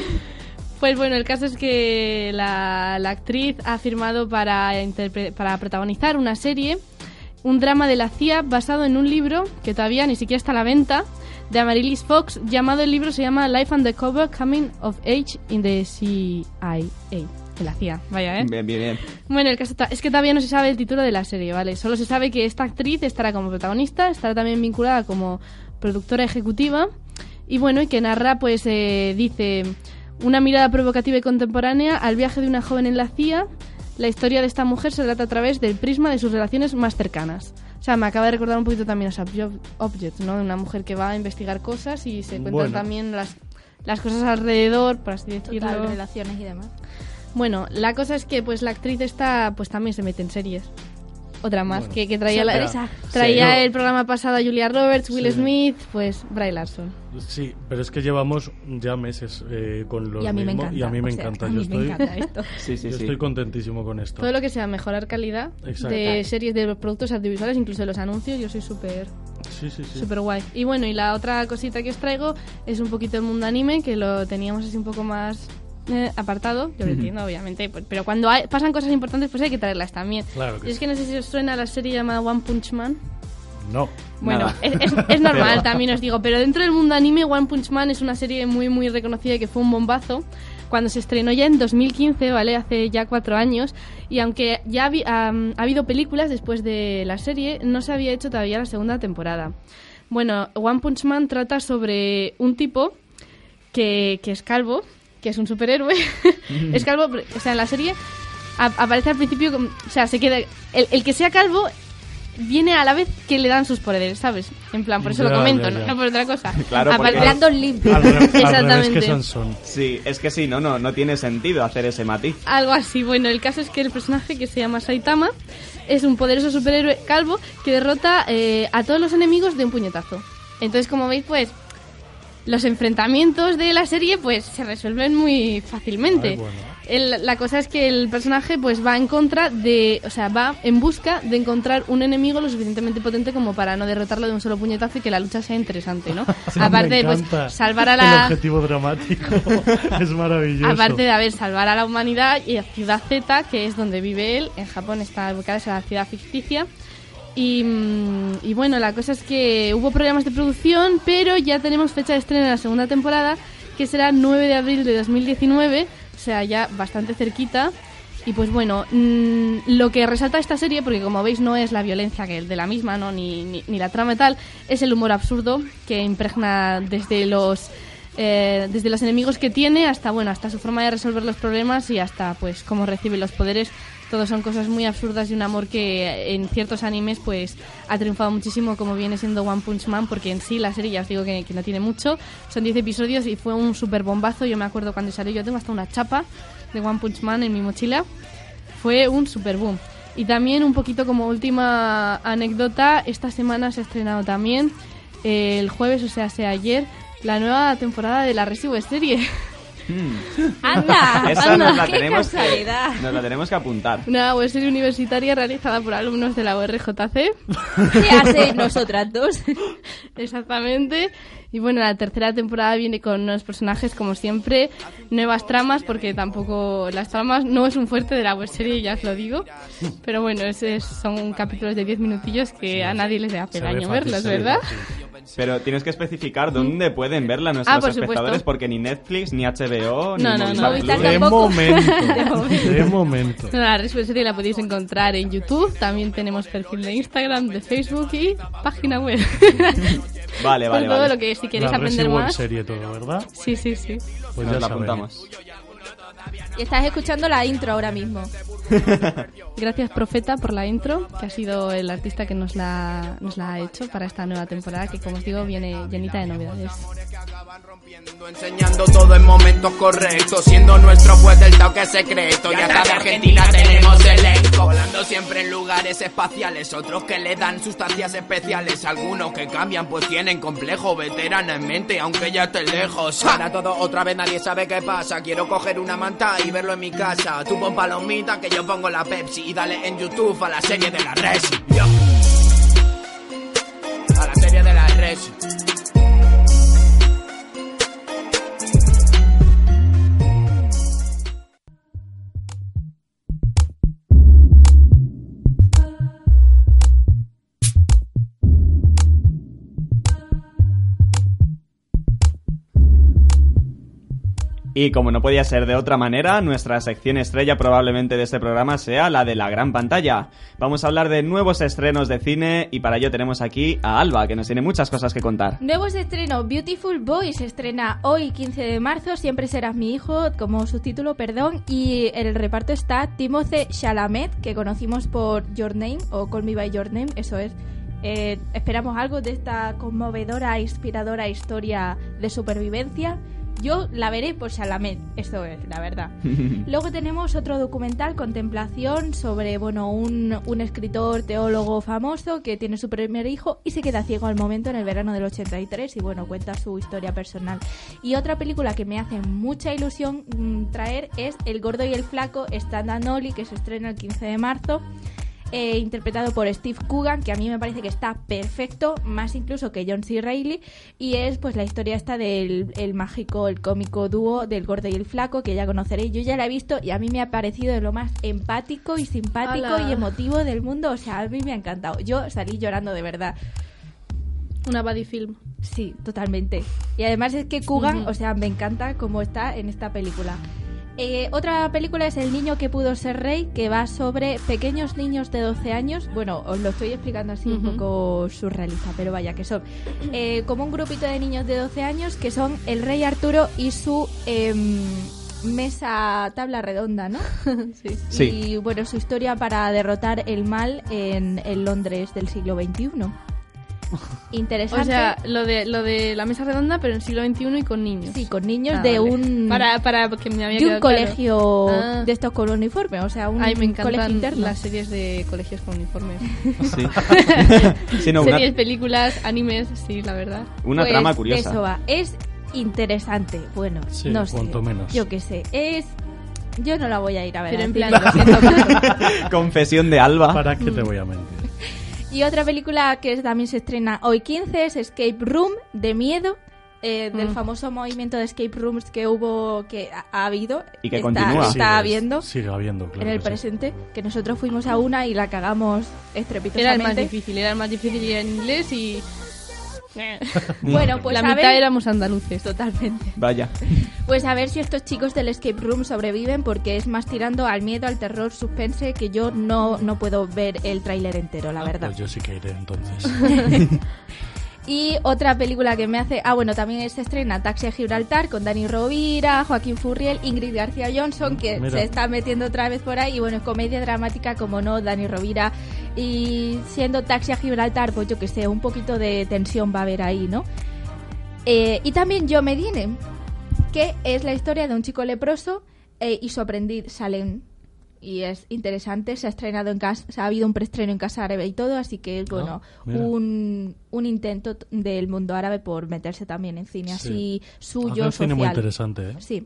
Pues bueno, el caso es que la, la actriz ha firmado para, interpre- para protagonizar una serie, un drama de la C I A basado en un libro que todavía ni siquiera está a la venta, de Amaryllis Fox, llamado el libro se llama Life Undercover Coming of Age in the C I A. De la C I A, vaya, ¿eh? Bien, bien, bien. Bueno, el caso ta- es que todavía no se sabe el título de la serie, ¿vale? Solo se sabe que esta actriz estará como protagonista, estará también vinculada como productora ejecutiva y bueno, y que narra, pues, eh, dice, una mirada provocativa y contemporánea al viaje de una joven en la C I A. La historia de esta mujer se trata a través del prisma de sus relaciones más cercanas. O sea, me acaba de recordar un poquito también a Subject Object, ¿no? De una mujer que va a investigar cosas y se cuentan Bueno. también las, las cosas alrededor, por así decirlo. Total, relaciones y demás. Bueno, la cosa es que pues la actriz esta pues también se mete en series. Otra más, Bueno. que, que traía, la, Sorpresa. traía Sí. el programa pasado a Julia Roberts, Will Sí. Smith, pues Brie Larson. Sí, pero es que llevamos ya meses eh, con los Y a mí me mismos encanta. y a mí me o sea, encanta. a Yo mí estoy, me encanta esto. Sí, sí, yo sí. estoy contentísimo con esto. Todo lo que sea mejorar calidad Exacto. de series, de productos audiovisuales, incluso de los anuncios, yo soy súper Sí, sí, sí. súper guay. Y bueno, y la otra cosita que os traigo es un poquito el mundo anime, que lo teníamos así un poco más eh, apartado, yo lo entiendo, obviamente, pues, pero cuando hay- pasan cosas importantes, pues hay que traerlas también. Claro que Y es sí. que no sé si os suena la serie llamada One Punch Man. No. Bueno, Nada. es, es- es normal, Pero- también os digo, pero dentro del mundo anime, One Punch Man es una serie muy, muy reconocida y que fue un bombazo cuando se estrenó ya en dos mil quince, ¿vale? Hace ya cuatro años. Y aunque ya habi- am, ha habido películas después de la serie, no se había hecho todavía la segunda temporada. Bueno, One Punch Man trata sobre un tipo que, que es calvo, que es un superhéroe. Es calvo, pero- o sea, en la serie a- aparece al principio, como- o sea, se queda... El, el que sea calvo viene a la vez que le dan sus poderes, ¿sabes? En plan, por eso Ya, lo comento, ya, ya. ¿no? No por otra cosa. Claro, Aparte- porque- Brandon limpio. Al, re- al revés Exactamente. que Sansón. Sí, es que sí, no, no, no tiene sentido hacer ese matiz. Algo así. Bueno, el caso es que el personaje, que se llama Saitama, es un poderoso superhéroe calvo que derrota eh, a todos los enemigos de un puñetazo. Entonces, como veis, pues los enfrentamientos de la serie pues se resuelven muy fácilmente. Ay, bueno. El- la cosa es que el personaje pues va en contra de, o sea, va en busca de encontrar un enemigo lo suficientemente potente como para no derrotarlo de un solo puñetazo y que la lucha sea interesante, ¿no? Sí, Aparte me de pues encanta. salvar a El la objetivo dramático es maravilloso. aparte de haber salvar a la humanidad y a Ciudad Z, que es donde vive él, en Japón está ubicada esa ciudad ficticia. Y, mm, y bueno, la cosa es que hubo problemas de producción, pero ya tenemos fecha de estreno en la segunda temporada, que será nueve de abril de dos mil diecinueve, o sea, ya bastante cerquita. Y pues bueno, mmm, lo que resalta esta serie, porque como veis no es la violencia que de la misma, ¿no? ni, ni, ni la trama y tal, es el humor absurdo que impregna desde los eh, desde los enemigos que tiene hasta bueno hasta su forma de resolver los problemas y hasta pues cómo recibe los poderes. Todos son cosas muy absurdas y un amor que en ciertos animes pues ha triunfado muchísimo, como viene siendo One Punch Man, porque en sí la serie ya os digo que, que no tiene mucho, son diez episodios y fue un super bombazo. Yo me acuerdo cuando salió, yo tengo hasta una chapa de One Punch Man en mi mochila, fue un super boom. Y también un poquito como última anécdota, esta semana se ha estrenado también eh, el jueves, o sea, sea ayer, la nueva temporada de la Resident serie. ¡Anda! Esa anda, nos la, ¡qué tenemos que, casualidad! nos la tenemos que apuntar. Una web serie universitaria realizada por alumnos de la U R J C. ¿Qué hacéis nosotras dos? Exactamente. Y bueno, la tercera temporada viene con unos personajes, como siempre, nuevas tramas, porque tampoco las tramas no es un fuerte de la web serie, ya os lo digo. Pero bueno, ese es- son capítulos de diez minutillos que a nadie les da Se ve pelaño fácil, verlos, se ve ¿verdad? fácil. Pero tienes que especificar dónde pueden verla nuestros Ah, por espectadores, supuesto. porque ni Netflix, ni H B O, No, ni no, Movistar no. Plus. Movistar De tampoco. momento. De momento. La Respuesta Serie la podéis encontrar en YouTube. También tenemos perfil de Instagram, de Facebook y página web. Vale, vale, Con todo vale. lo que si queréis La aprender Resi Web más. serie todo, ¿verdad? Sí, sí, sí. Pues Nos ya la saben. apuntamos. Y estás escuchando la intro ahora mismo. Gracias, Profeta, por la intro, que ha sido el artista que nos la, nos la ha hecho para esta nueva temporada, que como os digo, viene llenita de novedades. Enseñando todo en momentos correctos, siendo nuestro pues del toque secreto. Y hasta de Argentina tenemos elenco, volando siempre en lugares espaciales. Otros que le dan sustancias especiales, algunos que cambian pues tienen complejo. Veterana en mente aunque ya esté lejos. Ahora todo otra vez, nadie sabe qué pasa. Quiero coger una manta y verlo en mi casa. Tú pon palomita que yo pongo la Pepsi. Y dale en YouTube a la serie de la Resi. Yo. A la serie de la Resi. Y como no podía ser de otra manera, nuestra sección estrella probablemente de este programa sea la de la gran pantalla. Vamos a hablar de nuevos estrenos de cine y para ello tenemos aquí a Alba, que nos tiene muchas cosas que contar. Nuevos estrenos. Beautiful Boy se estrena hoy, quince de marzo. Siempre serás mi hijo, como subtítulo, perdón. Y en el reparto está Timothée Chalamet, que conocimos por Your Name o Call Me By Your Name, eso es. Eh, esperamos algo de esta conmovedora, inspiradora historia de supervivencia. Yo la veré por Chalamet, eso es, la verdad. Luego tenemos otro documental, Contemplación, sobre, bueno, un, un escritor, teólogo famoso que tiene su primer hijo y se queda ciego al momento en el verano del ochenta y tres y, bueno, cuenta su historia personal. Y otra película que me hace mucha ilusión mmm, traer es El Gordo y el Flaco, Stand and Ollie, que se estrena el quince de marzo. Eh, interpretado por Steve Coogan, que a mí me parece que está perfecto, más incluso que John C. Reilly, y es pues la historia esta del el mágico, el cómico dúo del Gordo y el Flaco, que ya conoceréis. Yo ya la he visto y a mí me ha parecido de lo más empático y simpático ¡Hala! y emotivo del mundo, o sea, a mí me ha encantado. Yo salí llorando de verdad. Una buddy film. Sí, totalmente. Y además es que Coogan, Ujú. o sea, me encanta cómo está en esta película. Eh, otra película es El niño que pudo ser rey, que va sobre pequeños niños de doce años. Bueno, os lo estoy explicando así un Ujú. poco surrealista, pero vaya que son eh, como un grupito de niños de doce años que son el rey Arturo y su em, mesa tabla redonda, ¿no? Sí. Sí. Y bueno, su historia para derrotar el mal en, en Londres del siglo veintiuno. Interesante. O sea, lo de, lo de la mesa redonda, pero en siglo veintiuno y con niños. Sí, con niños Ah, de vale. un Para, para que me había de un quedado claro. colegio Ah. de estos con uniforme, o sea, un Ay, me colegio encantan interno. las series de colegios con uniformes. Sí. Sí, no, una, Series, películas, animes, sí, la verdad. una Pues trama de curiosa. eso va. Es interesante, bueno, Sí, no sé, cuanto menos. yo qué sé, es yo no la voy a ir a ver. Pero al en cine, plan- lo siento mucho. Confesión de Alba. ¿Para qué te voy a mentir? Y otra película que también se estrena hoy quince es Escape Room, de miedo, eh, del Mm. famoso movimiento de escape rooms que hubo, que ha, ha habido, Y que está, continúa. está Sigue- habiendo Sigue habiendo, claro. en el que sí. presente, que nosotros fuimos a una y la cagamos Era estrepitosamente. el más difícil, era el más difícil y era en inglés y... Bueno, pues la a mitad ver, éramos andaluces. totalmente. Vaya. Pues a ver si estos chicos del escape room sobreviven, porque es más tirando al miedo, al terror, suspense, que yo no, no puedo ver el tráiler entero, la verdad. Pues yo sí que iré entonces. Y otra película que me hace... Ah, bueno, también se estrena Taxi a Gibraltar con Dani Rovira, Joaquín Furriel, Ingrid García Johnson, que Mira. se está metiendo otra vez por ahí. Y bueno, es comedia dramática, como no, Dani Rovira. Y siendo Taxi a Gibraltar, pues yo que sé, un poquito de tensión va a haber ahí, ¿no? Eh, y también Yo Medine, que es la historia de un chico leproso eh, y su aprendiz Salem. Y es interesante, se ha estrenado en casa, ha habido un preestreno en Casa Árabe y todo, así que es bueno, Ah, mira. un, un intento t- del mundo árabe por meterse también en cine así suyo, Hace social. cine muy interesante, ¿eh? Sí.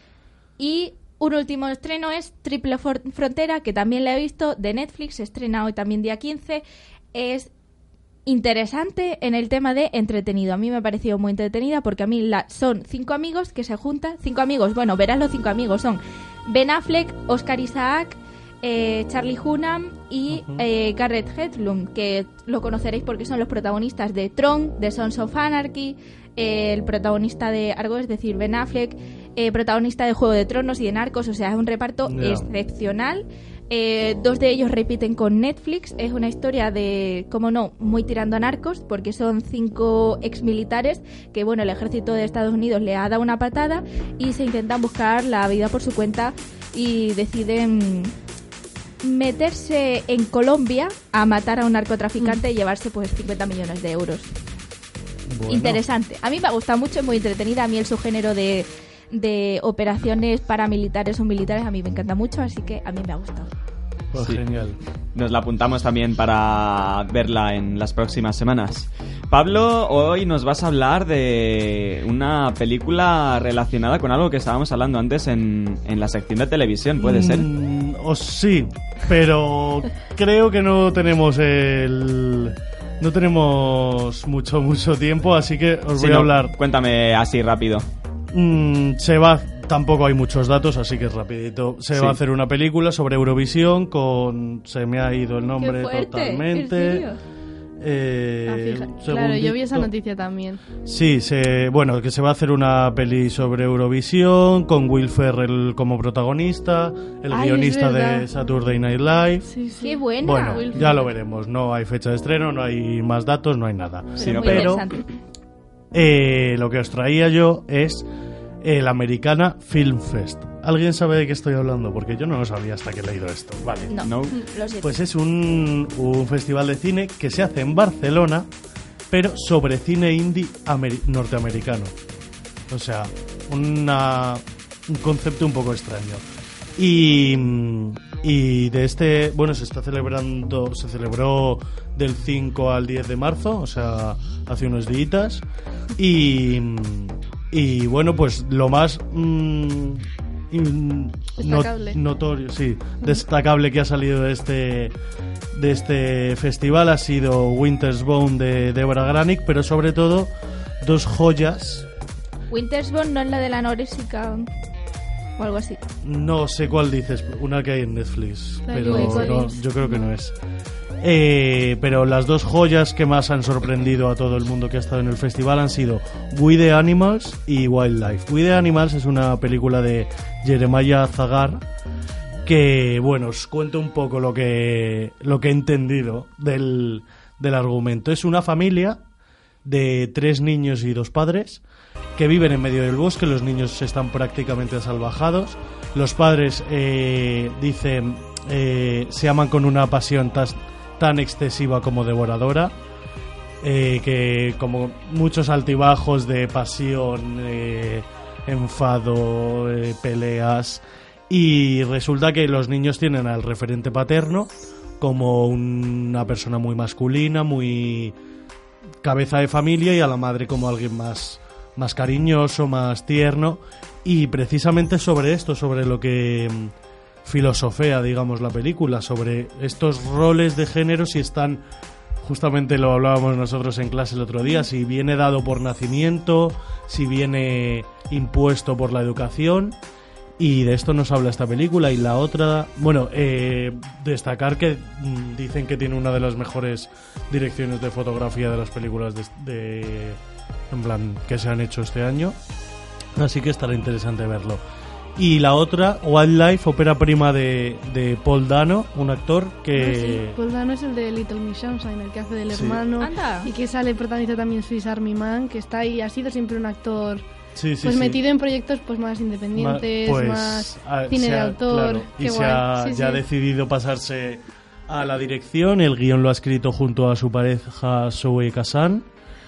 Y un último estreno es Triple For- Frontera, que también la he visto, de Netflix, se estrena hoy también día quince. Es interesante en el tema de entretenido. A mí me ha parecido muy entretenida porque a mí la, son cinco amigos que se juntan. Cinco amigos, bueno, verás los cinco amigos. Son Ben Affleck, Oscar Isaac, eh, Charlie Hunnam y Ujú. eh, Garrett Hedlund, que lo conoceréis porque son los protagonistas de Tron, de Sons of Anarchy, eh, el protagonista de Argo, es decir, Ben Affleck, eh, protagonista de Juego de Tronos y de Narcos, o sea, es un reparto Ya. excepcional. Eh, dos de ellos repiten con Netflix. Es una historia de, como no, muy tirando a Narcos, porque son cinco exmilitares que, bueno, el ejército de Estados Unidos le ha dado una patada y se intentan buscar la vida por su cuenta y deciden meterse en Colombia a matar a un narcotraficante y llevarse pues cincuenta millones de euros. Bueno, Interesante. A mí me ha gustado mucho, es muy entretenida. A mí el subgénero de, de operaciones paramilitares o militares a mí me encanta mucho, así que a mí me ha gustado. pues Sí. genial. Nos la apuntamos también para verla en las próximas semanas. Pablo, hoy nos vas a hablar de una película relacionada con algo que estábamos hablando antes en, en la sección de televisión, ¿puede ser? Mm, o sí, pero creo que no tenemos el... No tenemos mucho, mucho tiempo, así que os Si voy no, a hablar. Cuéntame así rápido. Mm, se va, tampoco hay muchos datos, así que es rapidito. Se Sí. va a hacer una película sobre Eurovisión con... Se me ha ido el nombre ¡Qué fuerte! totalmente. ¿En serio? Eh, Ah, fija- un Claro, yo vi esa segundito. noticia también. Sí, se, bueno, que se va a hacer una peli sobre Eurovisión con Will Ferrell como protagonista, el Ay, guionista es verdad. de Saturday Night Live. Sí, sí. ¡Qué buena! Bueno, Will ya Ferrell. lo veremos. No hay fecha de estreno, no hay más datos, no hay nada. Pero Sí, no, muy pero- interesante. Eh, lo que os traía yo es el Americana Film Fest. ¿Alguien sabe de qué estoy hablando? Porque yo no lo sabía hasta que he leído esto. Vale. No, No. lo siento. Pues es un, un festival de cine que se hace en Barcelona, pero sobre cine indie ameri- norteamericano. O sea, una, un concepto un poco extraño. Y, y de este, bueno, se está celebrando, se celebró del cinco al diez de marzo, o sea, hace unos días. Y, y bueno, pues lo más mm, in- Destacable. not- notorio, sí, destacable que ha salido de este de este festival ha sido Winter's Bone de Deborah Granick, pero sobre todo dos joyas. Winter's Bone no es la de la anorésica o algo así. No sé cuál dices, una que hay en Netflix, La pero de Joy no, Collins. yo creo que no es. Eh, pero las dos joyas que más han sorprendido a todo el mundo que ha estado en el festival han sido We the Animals y Wildlife. We the Animals es una película de Jeremiah Zagar que, bueno, os cuento un poco lo que, lo que he entendido del, del argumento. Es una familia de tres niños y dos padres que viven en medio del bosque. Los niños están prácticamente salvajados. Los padres eh, dicen eh, se aman con una pasión tas- tan excesiva como devoradora, eh, que como muchos altibajos de pasión, eh, enfado, eh, peleas, y resulta que los niños tienen al referente paterno como una persona muy masculina, muy cabeza de familia, y a la madre como alguien más, más cariñoso, más tierno, y precisamente sobre esto, sobre lo que mm, filosofea, digamos, la película, sobre estos roles de género, si están, justamente lo hablábamos nosotros en clase el otro día, si viene dado por nacimiento, si viene impuesto por la educación. Y de esto nos habla esta película. Y la otra, bueno, eh, destacar que mm, dicen que tiene una de las mejores direcciones de fotografía de las películas de, de- en plan, que se han hecho este año. Así que estará interesante verlo. Y la otra, Wildlife, ópera prima de, de Paul Dano, un actor Ah, sí. que... Paul Dano es el de Little Miss Sunshine, el que hace del Sí. hermano. Anda. Y que sale protagoniza también Swiss Army Man, que está ahí, ha sido siempre un actor Sí, sí, pues sí. metido en proyectos pues más independientes, Ma- pues, más ah, cine se de ha- autor. claro, y Qué se guay. ha Sí, ya sí. decidido pasarse a la dirección. El guión lo ha escrito junto a su pareja Zoe Kazan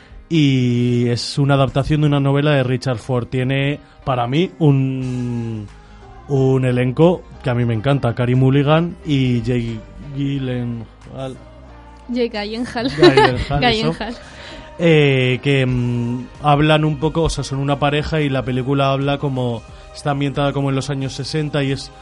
y es una adaptación de una novela de Richard Ford. Tiene para mí un un elenco que a mí me encanta: Carey Mulligan y Jake Gyllenhaal. Jake Gyllenhaal. Gyllenhaal, eso. Gyllenhaal. Eh, que mm, hablan un poco, o sea, son una pareja y la película habla como, está ambientada como en los años sesenta y es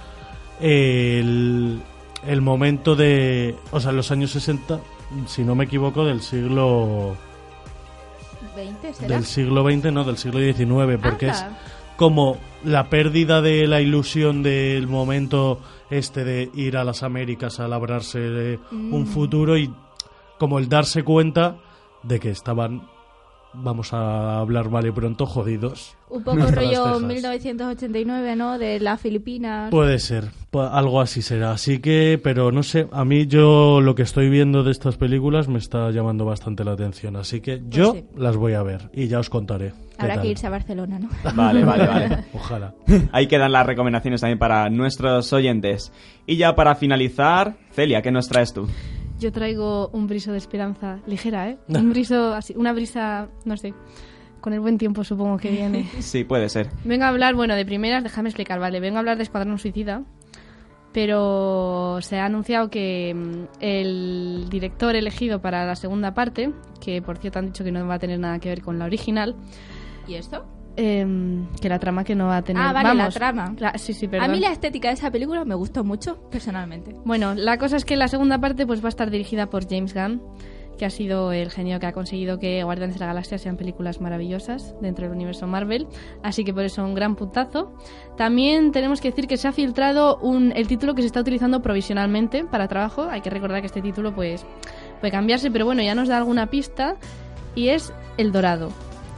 el, el momento de, o sea, en los años sesenta, si no me equivoco, del siglo ¿veinte será? del siglo veinte, no, del siglo diecinueve, porque es Anda. como la pérdida de la ilusión del momento este de ir a las Américas a labrarse eh, mm. un futuro, y como el darse cuenta de que estaban, vamos a hablar mal y pronto, jodidos. Un poco rollo mil novecientos ochenta y nueve, ¿no? De las Filipinas. Puede ser, algo así será. Así que, pero no sé, a mí yo lo que estoy viendo de estas películas me está llamando bastante la atención. Así que yo pues sí. las voy a ver y ya os contaré. Habrá tal. que irse a Barcelona, ¿no? Vale, vale, vale. Ojalá. Ahí quedan las recomendaciones también para nuestros oyentes. Y ya para finalizar, Celia, ¿qué nos traes tú? Yo traigo un briso de esperanza ligera, ¿eh? Un briso así, una brisa, no sé, con el buen tiempo supongo que viene. Sí, puede ser. Vengo a hablar, bueno, de primeras, déjame explicar, vale, vengo a hablar de Escuadrón Suicida, pero se ha anunciado que el director elegido para la segunda parte, que por cierto han dicho que no va a tener nada que ver con la original. ¿Y esto? Eh, que la trama que no va a tener... Ah, vale, Vamos, la trama. La, sí, sí, perdón. A mí la estética de esa película me gustó mucho, personalmente. Bueno, la cosa es que la segunda parte pues va a estar dirigida por James Gunn, que ha sido el genio que ha conseguido que Guardianes de la Galaxia sean películas maravillosas dentro del universo Marvel, así que por eso un gran puntazo. También tenemos que decir que se ha filtrado un, el título que se está utilizando provisionalmente para trabajo. Hay que recordar que este título pues puede cambiarse, pero bueno, ya nos da alguna pista, y es El Dorado.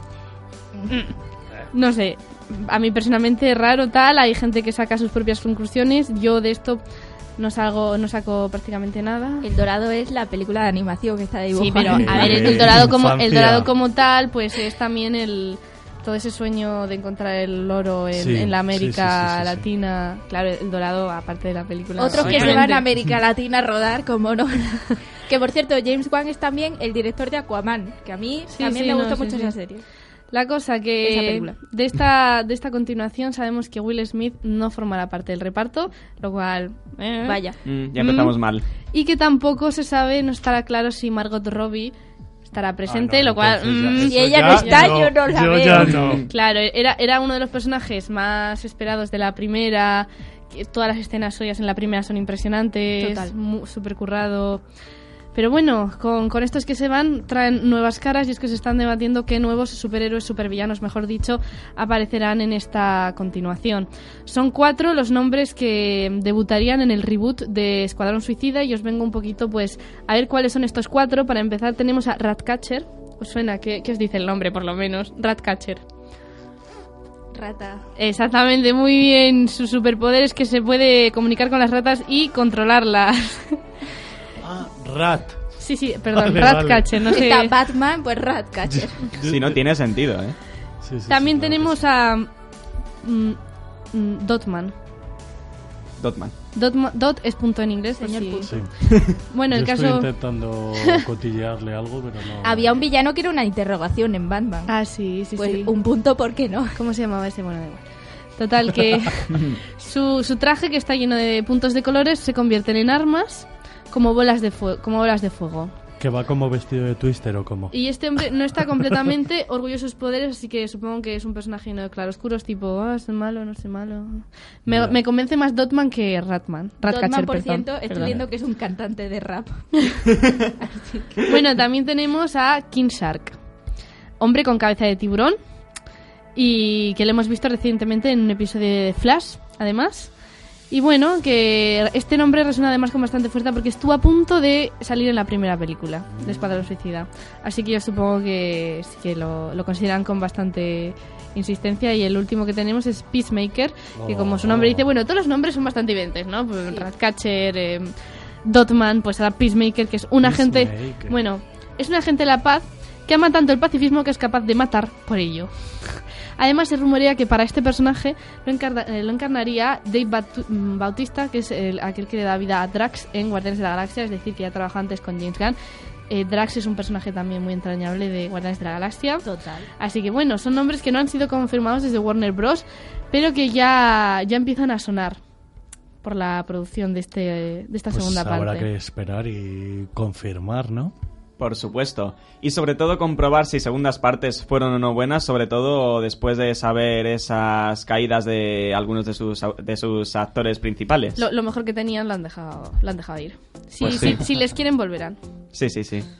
No sé, a mí personalmente es raro tal, hay gente que saca sus propias conclusiones, yo de esto no salgo, no saco prácticamente nada. El Dorado es la película de animación que está dibujada. Sí, pero a ver, el, el Dorado como el Dorado como tal, pues es también el todo ese sueño de encontrar el oro en, sí, en la América sí, sí, sí, Latina. Sí. Claro, el Dorado aparte de la película. Otros que se van a América Latina a rodar, como no. Que por cierto, James Wan es también el director de Aquaman, que a mí sí, también sí, me gustó no, mucho sí, esa sí. serie. La cosa que de esta de esta continuación sabemos que Will Smith no formará parte del reparto, lo cual eh, vaya, mm, ya empezamos mm, mal. Y que tampoco se sabe, no estará claro si Margot Robbie estará presente, ah, no, lo cual mmm, si ella no está, no, yo no la yo veo. Ya no. Claro, era era uno de los personajes más esperados de la primera, que todas las escenas suyas en la primera son impresionantes, total, súper currado. Pero bueno, con, con estos que se van traen nuevas caras, y es que se están debatiendo qué nuevos superhéroes, supervillanos, mejor dicho, aparecerán en esta continuación. Son cuatro los nombres que debutarían en el reboot de Escuadrón Suicida, y os vengo un poquito pues a ver cuáles son estos cuatro. Para empezar tenemos a Ratcatcher. ¿Os suena? ¿Qué, qué os dice el nombre por lo menos? Ratcatcher. Rata. Exactamente, muy bien. Su superpoder es que se puede comunicar con las ratas y controlarlas. Ah, Rat. Sí, sí, perdón, vale, Ratcatcher, vale. No sé. Está Batman, pues Ratcatcher. Sí, no tiene sentido, ¿eh? Sí, sí, También sí, tenemos sí. a mm, mm, Dotman. Dotman. Dotman. Dot es punto en inglés, señor punto. Sí. Bueno, el Yo caso... estoy intentando cotillearle algo, pero no... Había un villano que era una interrogación en Batman. Ah, sí, sí, pues sí. un punto, ¿por qué no? ¿Cómo se llamaba ese? Bueno, da igual. Total, que su, su traje, que está lleno de puntos de colores, se convierten en armas como bolas de fuego, como bolas de fuego. ¿Que va como vestido de Twister o cómo? Y este hombre no está completamente orgulloso de sus poderes, así que supongo que es un personaje lleno de claroscuros, tipo, ah, oh, soy malo, no soy malo. Me, yeah. me convence más Dotman que Ratman. Dotman, por perdón, cierto, perdón. estoy viendo que es un cantante de rap. Bueno, también tenemos a King Shark, hombre con cabeza de tiburón, y que lo hemos visto recientemente en un episodio de Flash, además. Y bueno, que este nombre resuena además con bastante fuerza porque estuvo a punto de salir en la primera película de Escuadrón Suicida. Así que yo supongo que sí que lo, lo consideran con bastante insistencia. Y el último que tenemos es Peacemaker, que como su nombre dice, bueno, todos los nombres son bastante evidentes, ¿no? Pues sí. Ratcatcher, eh, Dotman, pues ahora Peacemaker, que es un agente... Bueno, es un agente de la paz que ama tanto el pacifismo que es capaz de matar por ello. Además, se rumorea que para este personaje lo, encarna, eh, lo encarnaría Dave Batu- Bautista, que es el, aquel que le da vida a Drax en Guardianes de la Galaxia, es decir, que ya trabajó antes con James Gunn. Eh, Drax es un personaje también muy entrañable de Guardianes de la Galaxia. Total. Así que bueno, son nombres que no han sido confirmados desde Warner Bros., pero que ya, ya empiezan a sonar por la producción de, este, de esta pues segunda parte. Habrá que esperar y confirmar, ¿no? Por supuesto. Y sobre todo comprobar si segundas partes fueron o no buenas, sobre todo después de saber esas caídas de algunos de sus de sus actores principales. Lo, lo mejor que tenían lo han dejado, lo han dejado ir. Si, pues sí. si, si les quieren, volverán. Sí, sí, sí.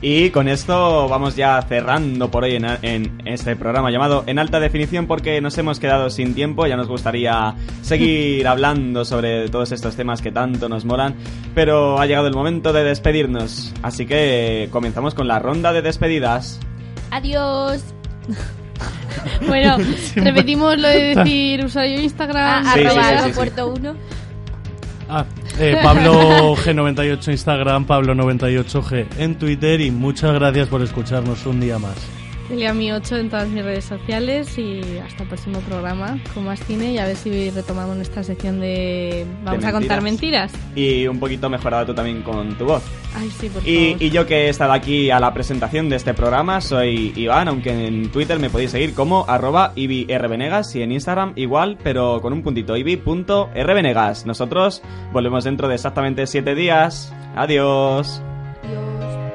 Y con esto vamos ya cerrando por hoy en, en este programa llamado En Alta Definición, porque nos hemos quedado sin tiempo. Ya nos gustaría seguir hablando sobre todos estos temas que tanto nos molan, pero ha llegado el momento de despedirnos. Así que comenzamos con la ronda de despedidas. Adiós. Bueno, repetimos lo de decir usuario Instagram. Ah, Sí, arroba sí, sí, sí, sí. aeropuerto uno. Ah, eh, Pablo G noventa y ocho Instagram, Pablo noventa y ocho G en Twitter, y muchas gracias por escucharnos un día más. Eliami ocho en todas mis redes sociales y hasta el próximo programa con más cine y a ver si retomamos nuestra sección de vamos De a contar mentiras. mentiras. Y un poquito mejorado tú también con tu voz. Ay, sí, por Y, favor. y yo que he estado aquí a la presentación de este programa soy Iván, aunque en Twitter me podéis seguir como arroba ivirvenegas y en Instagram igual, pero con un puntito, ivi.rvenegas. Nosotros volvemos dentro de exactamente siete días. Adiós. Adiós.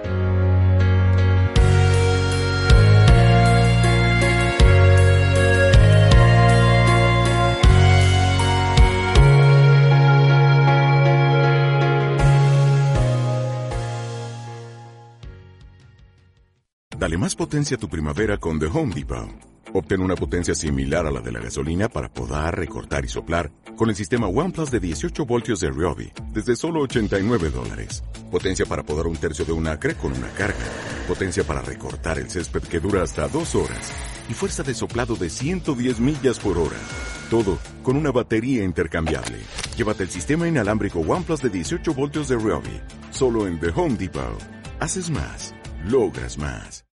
Dale más potencia a tu primavera con The Home Depot. Obtén una potencia similar a la de la gasolina para podar, recortar y soplar con el sistema OnePlus de dieciocho voltios de Ryobi desde solo ochenta y nueve dólares. Potencia para podar un tercio de un acre con una carga. Potencia para recortar el césped que dura hasta dos horas. Y fuerza de soplado de ciento diez millas por hora. Todo con una batería intercambiable. Llévate el sistema inalámbrico OnePlus de dieciocho voltios de Ryobi. Solo en The Home Depot. Haces más. Logras más.